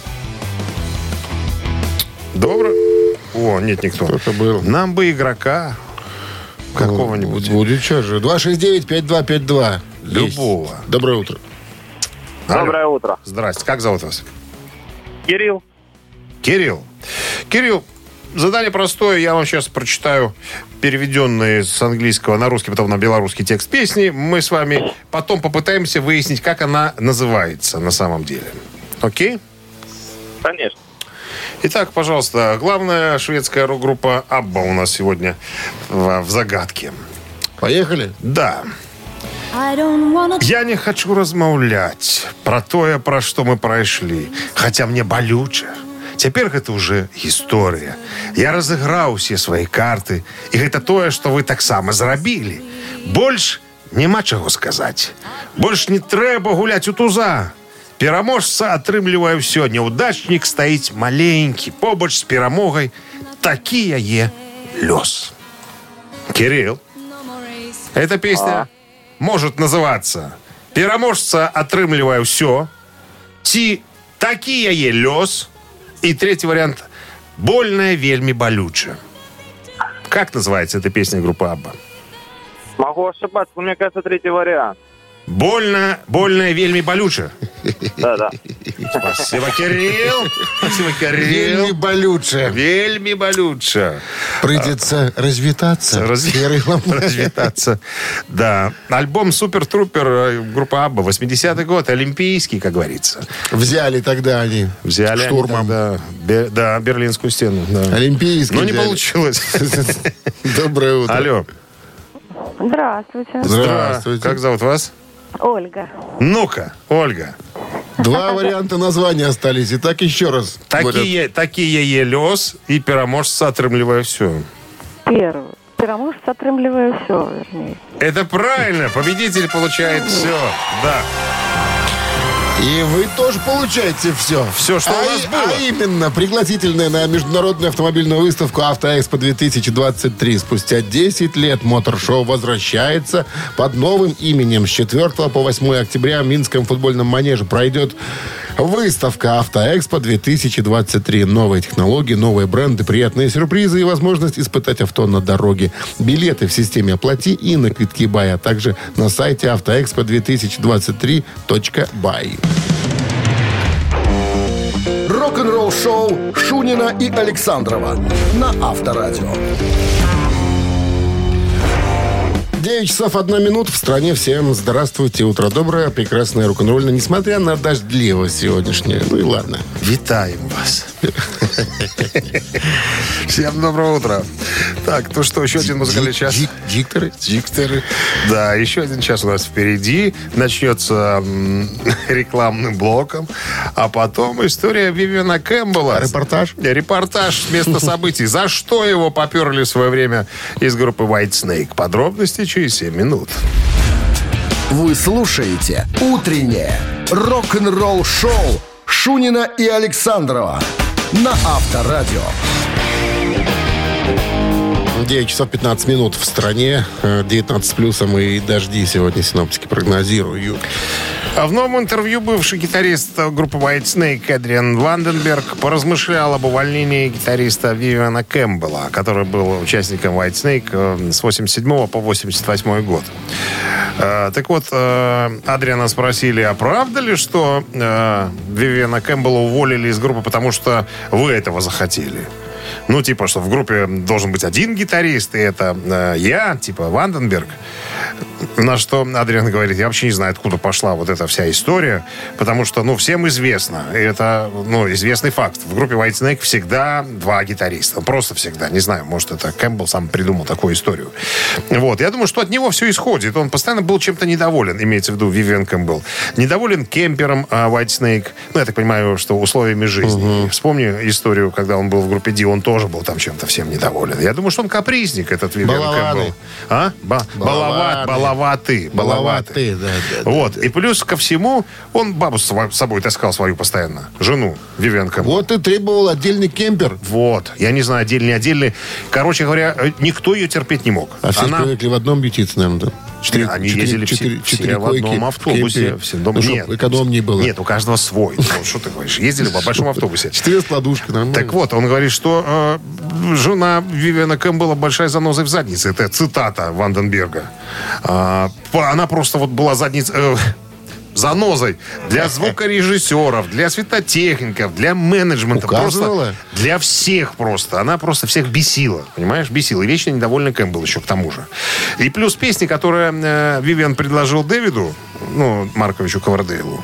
Добро. О, нет, никто. Кто-то был. Нам бы игрока какого-нибудь. Будет что же. два шесть девять пять два пять два. Любого. Есть. Доброе утро. Алло. Доброе утро. Здрасте. Как зовут вас? Кирилл. Кирилл. Кирилл, задание простое. Я вам сейчас прочитаю переведенный с английского на русский, потом на белорусский текст песни. Мы с вами потом попытаемся выяснить, как она называется на самом деле. Окей? Конечно. Итак, пожалуйста, главная шведская рок-группа Абба у нас сегодня в, в загадке. Поехали. Да. Я не хочу размаўляць про тое, про што мы прайшлі, хаця мне балюча. Цяпер гэта ўжо гісторыя. Я разыграў усе свае карты, і гэта тое, што вы таксама зрабілі. Больш няма чаго сказаць. Больш не трэба гуляць у туза. Пераможца атрымлівае ўсё. Няўдачнік стаіць маленькі. Побач з перамогай такі яе лёс. Кирилл, эта песня может называться «Пераможца атрымлівае ўсё», ці «Такі яе лёс», и третий вариант «Больная вельми болюча». Как называется эта песня группы Абба? Могу ошибаться, но мне кажется, третий вариант. Больно, больная вельми болюча. Да-да. Спасибо, Кирилл. Спасибо, Кирилл. Вельми болюче. Вельми болюча. Придется развитаться. Раз- Кириллом. Развитаться. Да. Альбом «Супер Трупер» группа Абба. восьмидесятый год. Олимпийский, как говорится. Взяли тогда они. Взяли они штурмом. тогда Бе- да, Берлинскую стену. Да. Олимпийский Но не взяли. получилось. Доброе утро. Алло. Здравствуйте. Здравствуйте. Как зовут вас? Ольга. Ну-ка, Ольга. Два варианта названия остались. Итак, еще раз. Такие, такие е лёс и пераможца атрымлівае все. Первый. Пераможца атрымлівае все, вернее. Это правильно. Победитель получает все. Да. И вы тоже получаете все. Все, что а у нас и- было. А именно, пригласительная на международную автомобильную выставку «Автоэкспо две тысячи двадцать три». Спустя десять лет мотор-шоу возвращается под новым именем. С четвёртого по восьмое октября в Минском футбольном манеже пройдет выставка «Автоэкспо две тысячи двадцать три». Новые технологии, новые бренды, приятные сюрпризы и возможность испытать авто на дороге. Билеты в системе «Оплати» и на квитки «Бай», а также на сайте автоэкспо две тысячи двадцать три точка бай. Рок-н-ролл шоу Шунина и Александрова на Авторадио. девять часов одна минута в стране. Всем здравствуйте, утро доброе, прекрасное, рок-н-ролльное, несмотря на дождливость сегодняшнее. Ну и ладно. Витаем вас. Всем доброе утро. Так, ну что, еще один музыкальный час. Дикторы. Дикторы. Да, еще один час у нас впереди. Начнется м, рекламным блоком. А потом история Вивиана Кэмпбелла. Репортаж. Репортаж с места событий. За что его поперли в свое время из группы White Snake. Подробности через семь минут. Вы слушаете «Утреннее рок-н-ролл-шоу» Шунина и Александрова на Авторадио. девять часов пятнадцать минут в стране, девятнадцать с плюсом, и дожди сегодня синоптики прогнозируют. А в новом интервью бывший гитарист группы White Snake Адриан Ванденберг поразмышлял об увольнении гитариста Вивиана Кэмпбелла, который был участником White Snake с восемьдесят седьмого по восемьдесят восьмой год. Так вот, Адриана спросили, а правда ли, что Вивиана Кэмпбелла уволили из группы, потому что вы этого захотели? Ну, типа, что в группе должен быть один гитарист, и это э, я, типа, Ванденберг. На что Адриан говорит, я вообще не знаю, откуда пошла вот эта вся история, потому что, ну, всем известно, и это, ну, известный факт. В группе White Snake всегда два гитариста. Просто всегда. Не знаю, может, это Кэмпбелл сам придумал такую историю. Вот. Я думаю, что от него все исходит. Он постоянно был чем-то недоволен, имеется в виду Вивиан Кэмпбелл. Недоволен кемпером э, White Snake. Ну, я так понимаю, что условиями жизни. Угу. Вспомни историю, когда он был в группе Ди, он тоже был там чем-то всем недоволен. Я думаю, что он капризник, этот Вивиан Кэмпбелл. А? Ба- баловат, баловатый. Баловатый, да, да. Вот. Да, и плюс ко всему, он бабу с собой таскал свою постоянно. Жену Вивиан Кэмпбелл. Вот и требовал отдельный кемпер. Вот. Я не знаю, отдельный, отдельный. Короче говоря, никто ее терпеть не мог. А все Она... привыкли в одном ютиться, наверное, да? Четыре, Они четыре, ездили четыре, все, четыре все в одном автобусе. Все дом... Ну, нет, экономнее было. Нет, у каждого свой. Ну, что ты говоришь? Ездили в большом автобусе. Четыре складушки, нормально. Так вот, он говорит, что э, жена Вивиана Кэмпбелла большая заноза в заднице. Это цитата Ванденберга. А, она просто вот была задница... Э, занозой для звукорежиссеров, для светотехников, для менеджмента. Просто для всех просто. Она просто всех бесила. Понимаешь? Бесила. И вечно недовольный Кэмпбелл еще к тому же. И плюс песни, которые э, Вивиан предложил Дэвиду, ну, Марковичу Ковердейлу,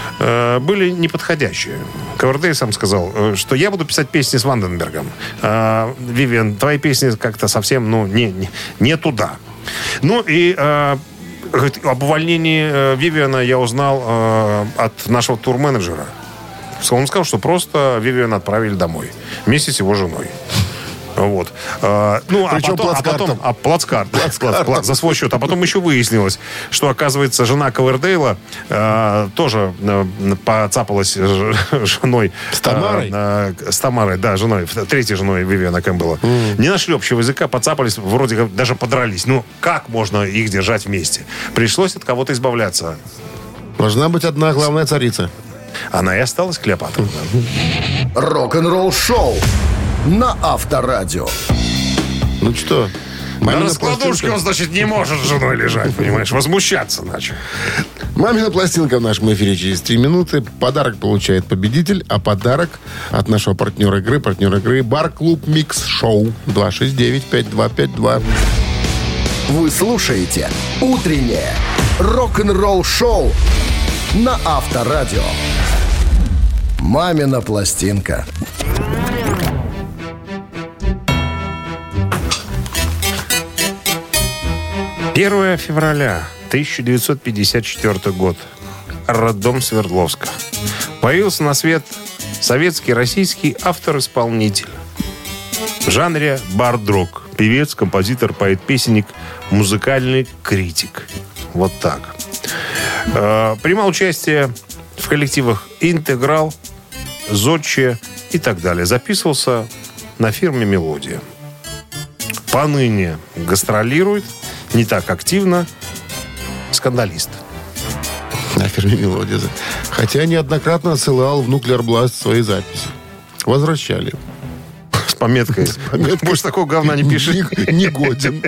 э, были неподходящие. Ковердейл сам сказал, э, что я буду писать песни с Ванденбергом. Э, Вивиан, твои песни как-то совсем, ну, не, не, не туда. Ну, и... Э, об увольнении э, Вивиана я узнал э, от нашего турменеджера. Он сказал, что просто Вивиана отправили домой вместе с его женой. Вот. А, ну, а потом, а потом а, плацкарт, плацкарт. Плац, за свой счет. А потом еще выяснилось, что, оказывается, жена Ковердейла а, тоже а, поцапалась с женой. С Тамарой? А, а, с Тамарой, да, женой, третьей женой Вивиана Кэмпбелла. Mm. Не нашли общего языка, поцапались, вроде как даже подрались. Ну, как можно их держать вместе? Пришлось от кого-то избавляться. Должна быть одна главная царица. Она и осталась Клеопатрой. Рок-н-ролл-шоу на Авторадио. Ну что, на раскладушке он, значит, не может с женой лежать, понимаешь? Возмущаться начал. Мамина пластинка в нашем эфире через три минуты. Подарок получает победитель, а подарок от нашего партнера игры, партнера игры Бар-клуб Микс Шоу два шесть девять пять два пять два. Вы слушаете «Утреннее рок-н-ролл-шоу» на Авторадио. «Мамина пластинка». первое февраля тысяча девятьсот пятьдесят четвёртый год. Роддом Свердловска. Появился на свет советский российский автор-исполнитель. В жанре бард-рок. Певец, композитор, поэт-песенник, музыкальный критик. Вот так. Э, принимал участие в коллективах «Интеграл», «Зодче» и так далее. Записывался на фирме «Мелодия». Поныне гастролирует, не так активно, скандалист. На фирме «Мелодия». Хотя неоднократно отсылал в Nuclear Blast свои записи. Возвращали. С пометкой. С пометкой. Больше такого говна не пиши. Не годен.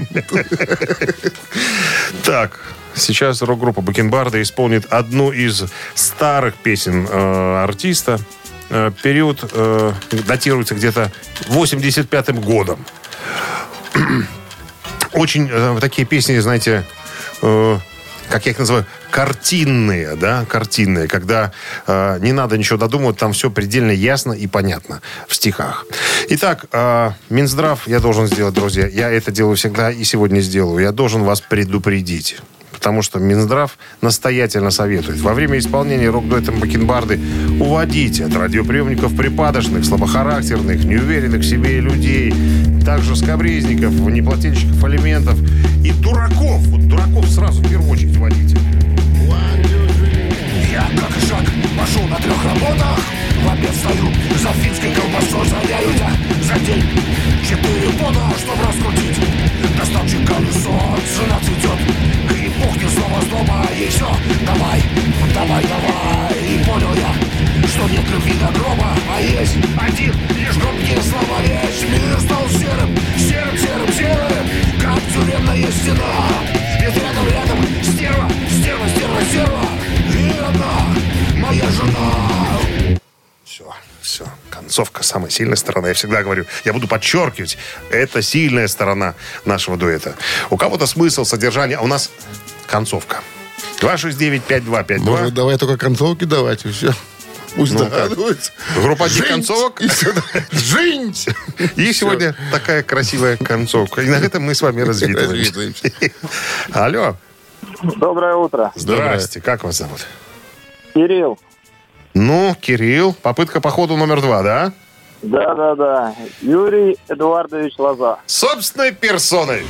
Так, сейчас рок-группа Бакенбарды исполнит одну из старых песен э, артиста. Э, период э, датируется где-то восемьдесят пятым годом. очень э, такие песни, знаете, э, как я их называю, картинные, да, картинные, когда э, не надо ничего додумывать, там все предельно ясно и понятно в стихах. Итак, э, Минздрав я должен сделать, друзья, я это делаю всегда и сегодня сделаю, я должен вас предупредить. Потому что Минздрав настоятельно советует. Во время исполнения рок-дуэтом Бакенбарды уводите от радиоприемников припадочных, слабохарактерных, неуверенных в себе людей, также скабрезников, неплательщиков алиментов и дураков. Вот дураков сразу в первую очередь водите. Я, как и шаг, пошел на трех работах. В обед стою, за финской колбасой заняю я за день четыре года, чтобы раскрутить. Доставчик колесо, цена цветет. И пухнет снова с дома, и все, давай, давай, давай. И понял я, что нет любви до гроба, а есть один лишь громкие слова речь. Мир стал серым, серым, серым, серым, как тюремная стена. Ведь рядом, рядом стерва, стерва, стерва, стерва. И она, моя жена. Все, все. Концовка самая сильная сторона. Я всегда говорю, я буду подчеркивать, это сильная сторона нашего дуэта. У кого-то смысл, содержание, а у нас концовка. два шесть девять пять два пять два. Может, давай только концовки давать, и все. Пусть ну, догадываются. Группа одних концовок. Жинь! И сегодня такая красивая концовка. И на этом мы с вами развитываемся. Алло. Доброе утро. Здрасте. Как вас зовут? Кирилл. Ну, Кирилл. Попытка по ходу номер два, да? Да-да-да. Юрий Эдуардович Лоза. Собственной персоной.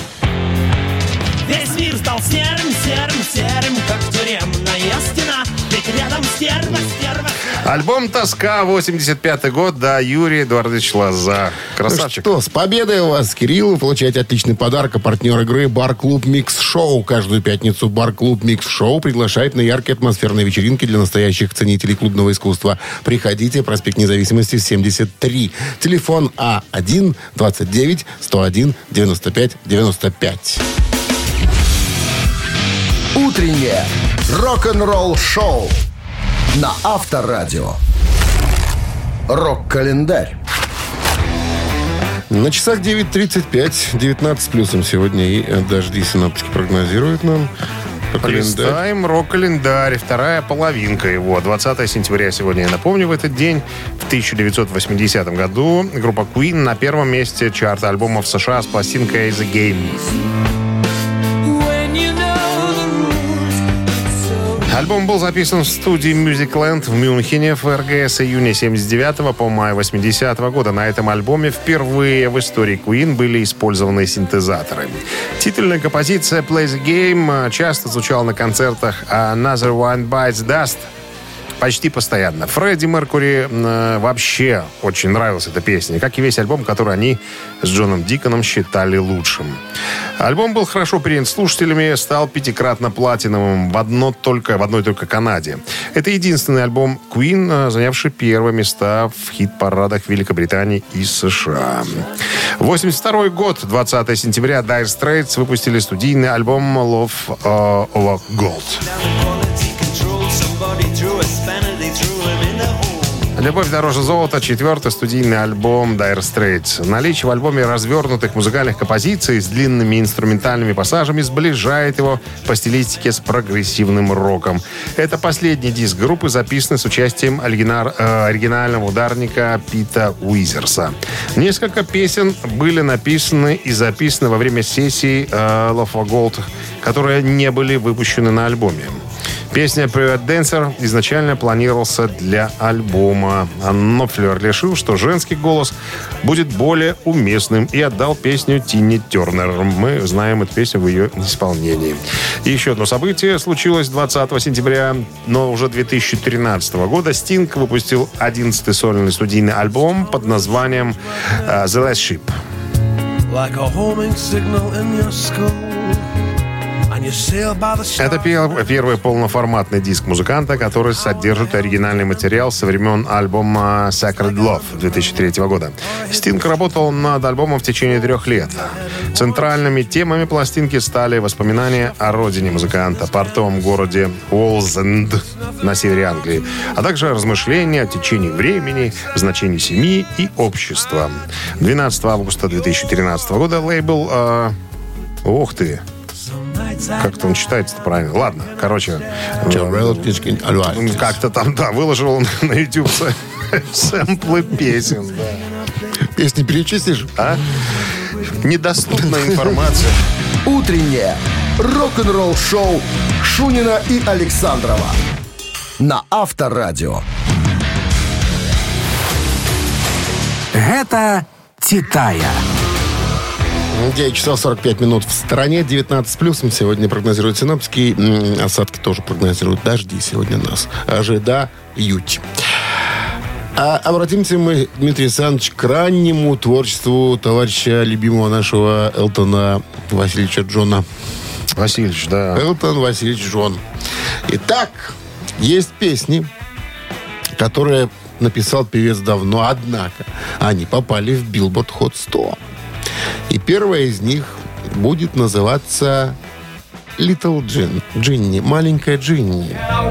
Весь мир стал серым, серым, серым, как тюремная стена. Ведь рядом стерва, стерва. Альбом «Тоска», восемьдесят пятый год, да, Юрий Эдуардович Лоза. Красавчик. Ну что, с победой у вас, Кирилл. Вы получаете отличный подарок. А партнер игры «Бар-клуб Микс Шоу». Каждую пятницу «Бар-клуб Микс Шоу» приглашает на яркие атмосферные вечеринки для настоящих ценителей клубного искусства. Приходите, проспект Независимости, семьдесят три. Телефон А один двадцать девять сто один девяносто пять девяносто пять. Утреннее рок-н-ролл-шоу на Авторадио. Рок-календарь. На часах девять тридцать пять, девятнадцать плюсом сегодня и дожди синоптики прогнозируют нам. Полистаем рок-календарь. Вторая половинка его. двадцатого сентября сегодня, я напомню, в этот день, в тысяча девятьсот восьмидесятом году, группа Queen на первом месте чарта альбомов США с пластинкой The Game. Альбом был записан в студии Musicland в Мюнхене в эр гэ с июня семьдесят девятого по май восьмидесятого года. На этом альбоме впервые в истории Queen были использованы синтезаторы. Титульная композиция Play the Game часто звучала на концертах Another One Bites Dust почти постоянно. Фредди Меркьюри э, вообще очень нравилась эта песня, как и весь альбом, который они с Джоном Диконом считали лучшим. Альбом был хорошо принят слушателями, стал пятикратно платиновым в, одно только, в одной только Канаде. Это единственный альбом Queen, занявший первые места в хит-парадах Великобритании и США. восемьдесят второй год, двадцатого сентября, Dire Straits выпустили студийный альбом Love uh, Over Gold. «Любовь дороже золота» — четвертый студийный альбом Dire Straits. Наличие в альбоме развернутых музыкальных композиций с длинными инструментальными пассажами сближает его по стилистике с прогрессивным роком. Это последний диск группы, записанный с участием оригинар, э, оригинального ударника Пита Уизерса. Несколько песен были написаны и записаны во время сессии э, Love for Gold, которые не были выпущены на альбоме. Песня «Private Dancer» изначально планировался для альбома. Но Флёр решил, что женский голос будет более уместным и отдал песню Тине Тернер. Мы знаем эту песню в ее исполнении. И еще одно событие случилось двадцатого сентября, но уже две тысячи тринадцатого года. Стинг выпустил одиннадцатый сольный студийный альбом под названием uh, «The Last Ship». Like a homing signal in your skull. Это первый полноформатный диск музыканта, который содержит оригинальный материал со времен альбома Sacred Love две тысячи третьего года. Стинг работал над альбомом в течение трех лет. Центральными темами пластинки стали воспоминания о родине музыканта, портовом городе Уолзенд на севере Англии, а также размышления о течении времени, значении семьи и общества. двенадцатого августа две тысячи тринадцатого года лейбл... Э, Ух ты. Как-то он читается-то правильно. Ладно, короче. э, Как-то там, да, выложил он на YouTube сэмплы песен. Да. Песни перечислишь? А? Недоступная информация. Утреннее рок-н-ролл-шоу Шунина и Александрова на Авторадио. Гэта «Титая». девять часов сорок пять минут в стране, девятнадцать с плюсом. Сегодня прогнозируют синоптики. М, Осадки тоже прогнозируют. Дожди сегодня нас ожидают. А обратимся мы, Дмитрий Александрович, к раннему творчеству товарища любимого нашего Элтона Васильевича Джона. Васильевич, да. Элтон Васильевич Джон. Итак, есть песни, которые написал певец давно, однако они попали в Billboard Hot сто. И первая из них будет называться Little Джин, Джинни, маленькая Джинни.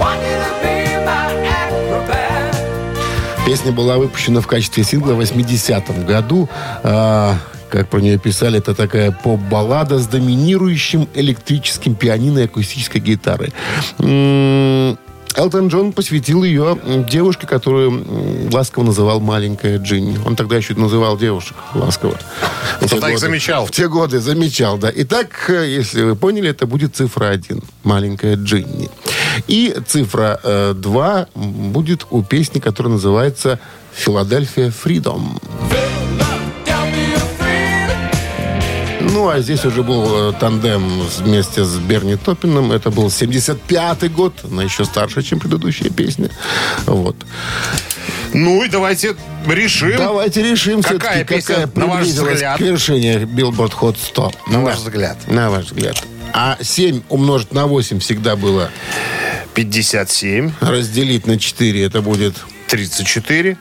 Песня была выпущена в качестве сингла в восьмидесятом году. А, как про нее писали, это такая поп-баллада с доминирующим электрическим пианино и акустической гитарой. М- Элтон Джон посвятил ее девушке, которую ласково называл маленькая Джинни. Он тогда еще называл девушек ласково. Он тогда их замечал. В те годы замечал, да. Итак, если вы поняли, это будет цифра один. Маленькая Джинни. И цифра э, два будет у песни, которая называется «Филадельфия Фридом». Ну, а здесь уже был э, тандем вместе с Берни Топпином. Это был семьдесят пятый год. Она еще старше, чем предыдущая песня. Вот. Ну и давайте решим. Давайте решим, какая песня, какая на ваш взгляд, к вершине Billboard Hot сто. На да. ваш взгляд. На ваш взгляд. А семь умножить на восемь всегда было... пятьдесят семь. Разделить на четыре, это будет... тридцать четыре.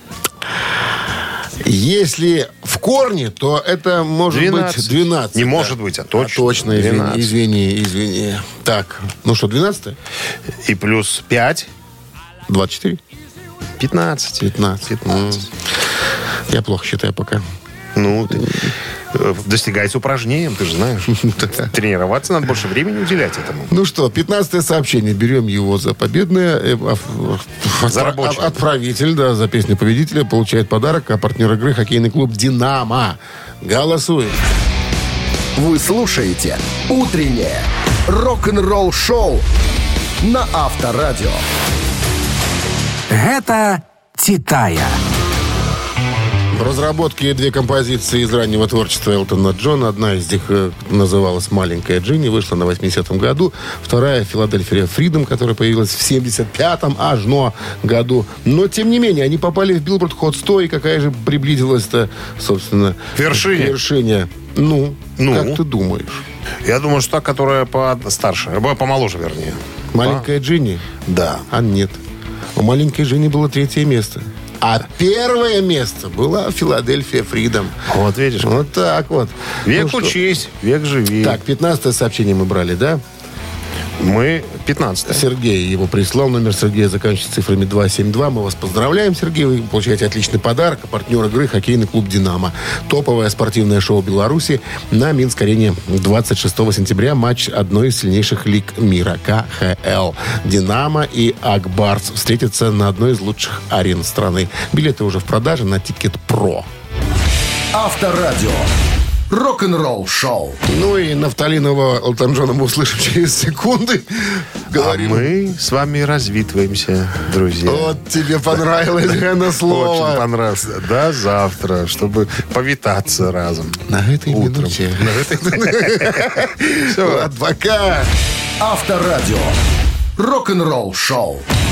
Если в корне, то это может двенадцать. быть двенадцать. Не да. может быть, а точно. А точно, извини, двенадцать. извини, извини. Так, ну что, двенадцать? И плюс пять. двадцать четыре? пятнадцать. пятнадцать. пятнадцать. Я плохо считаю пока. Ну, ты, э, достигайте упражнением, ты же знаешь. Тренироваться надо больше времени уделять этому. Ну что, пятнадцатое сообщение. Берем его за победное. Э, а, За рабочее. Отправитель, да, за песню победителя получает подарок, а партнер игры хоккейный клуб «Динамо». Голосуем. Вы слушаете «Утреннее рок-н-ролл-шоу» на Авторадио. Гэта «Титая». В разработке две композиции из раннего творчества Элтона Джона. Одна из них э, называлась «Маленькая Джинни», вышла на восьмидесятом году. Вторая «Филадельфия Фридом», которая появилась в семьдесят пятом аж но году. Но, тем не менее, они попали в Billboard Hot сто. И какая же приблизилась-то, собственно, К вершине. к вершине? Ну, Ну? как ты думаешь? Я думаю, что та, которая постарше, э, помоложе, вернее. «Маленькая Джинни»? Да. А нет. У «Маленькой Джинни» было третье место. А первое место была «Филадельфия Фридом». Вот видишь. Вот так вот. Век Ну что? учись, век живи. Так, пятнадцатое сообщение мы брали, да? Мы пятнадцатое. Сергей его прислал. Номер Сергея заканчивается цифрами два семь два. Мы вас поздравляем, Сергей. Вы получаете отличный подарок. Партнер игры хоккейный клуб «Динамо». Топовое спортивное шоу Беларуси на Минск-арене двадцать шестого сентября. Матч одной из сильнейших лиг мира – ка ха эл. «Динамо» и «Ак Барс» встретятся на одной из лучших арен страны. Билеты уже в продаже на Тикет.Про. Авторадио. Рок-н-ролл-шоу. Ну и нафталинового Элтон Джона мы услышим через секунды. Говорим. А мы с вами развитываемся, друзья. Вот тебе понравилось это слово. Очень понравилось. До завтра, чтобы повитаться разом. На этой Утром. минуте. Все. Вот, пока. Авторадио. Рок-н-ролл-шоу.